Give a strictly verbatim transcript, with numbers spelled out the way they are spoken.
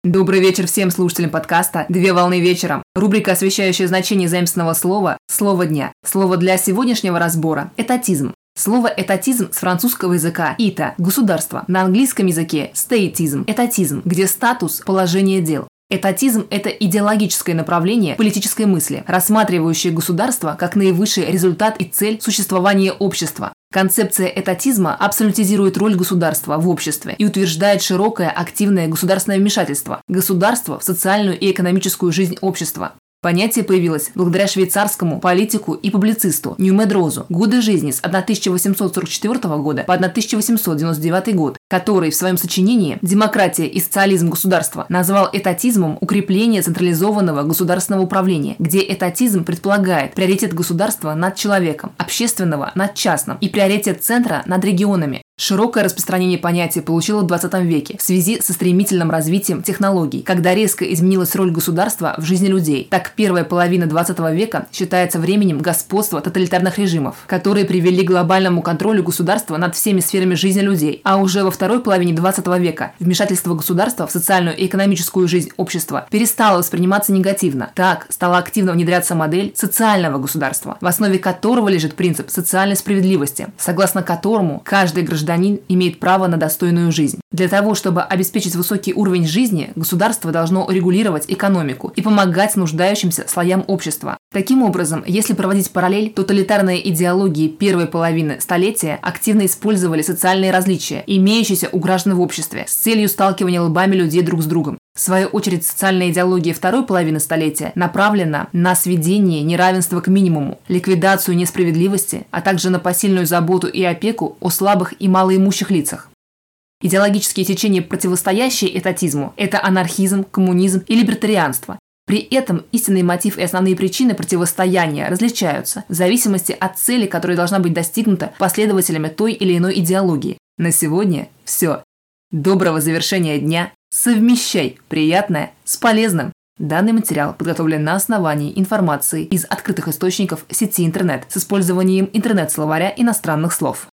Добрый вечер всем слушателям подкаста «Две волны вечером». Рубрика, освещающая значение заимственного слова «Слово дня». Слово для сегодняшнего разбора – «этатизм». Слово «этатизм» с французского языка «ита» – государство. На английском языке – «стейтизм» – «этатизм», где статус – положение дел. Этатизм – это идеологическое направление политической мысли, рассматривающее государство как наивысший результат и цель существования общества. Концепция этатизма абсолютизирует роль государства в обществе и утверждает широкое активное государственное вмешательство государства в социальную и экономическую жизнь общества. Понятие появилось благодаря швейцарскому политику и публицисту Нью-Медрозу, годы жизни с тысяча восемьсот сорок четвёртого года по тысяча восемьсот девяносто девятый год, который в своем сочинении «Демократия и социализм государства» назвал этатизмом укрепление централизованного государственного управления, где этатизм предполагает приоритет государства над человеком, общественного над частным и приоритет центра над регионами. Широкое распространение понятия получило в двадцатом веке в связи со стремительным развитием технологий, когда резко изменилась роль государства в жизни людей. Так, первая половина двадцатого века считается временем господства тоталитарных режимов, которые привели к глобальному контролю государства над всеми сферами жизни людей. А уже во второй половине двадцатого века вмешательство государства в социальную и экономическую жизнь общества перестало восприниматься негативно. Так, стала активно внедряться модель социального государства, в основе которого лежит принцип социальной справедливости, согласно которому каждый гражданин имеет право на достойную жизнь. Для того, чтобы обеспечить высокий уровень жизни, государство должно регулировать экономику и помогать нуждающимся слоям общества. Таким образом, если проводить параллель, тоталитарные идеологии первой половины столетия активно использовали социальные различия, имеющиеся у граждан в обществе, с целью сталкивания лбами людей друг с другом. В свою очередь, социальная идеология второй половины столетия направлена на сведение неравенства к минимуму, ликвидацию несправедливости, а также на посильную заботу и опеку о слабых и малоимущих лицах. Идеологические течения, противостоящие этатизму, это анархизм, коммунизм и либертарианство. При этом истинный мотив и основные причины противостояния различаются в зависимости от цели, которая должна быть достигнута последователями той или иной идеологии. На сегодня все. Доброго завершения дня. Совмещай приятное с полезным. Данный материал подготовлен на основании информации из открытых источников сети интернет с использованием интернет-словаря иностранных слов.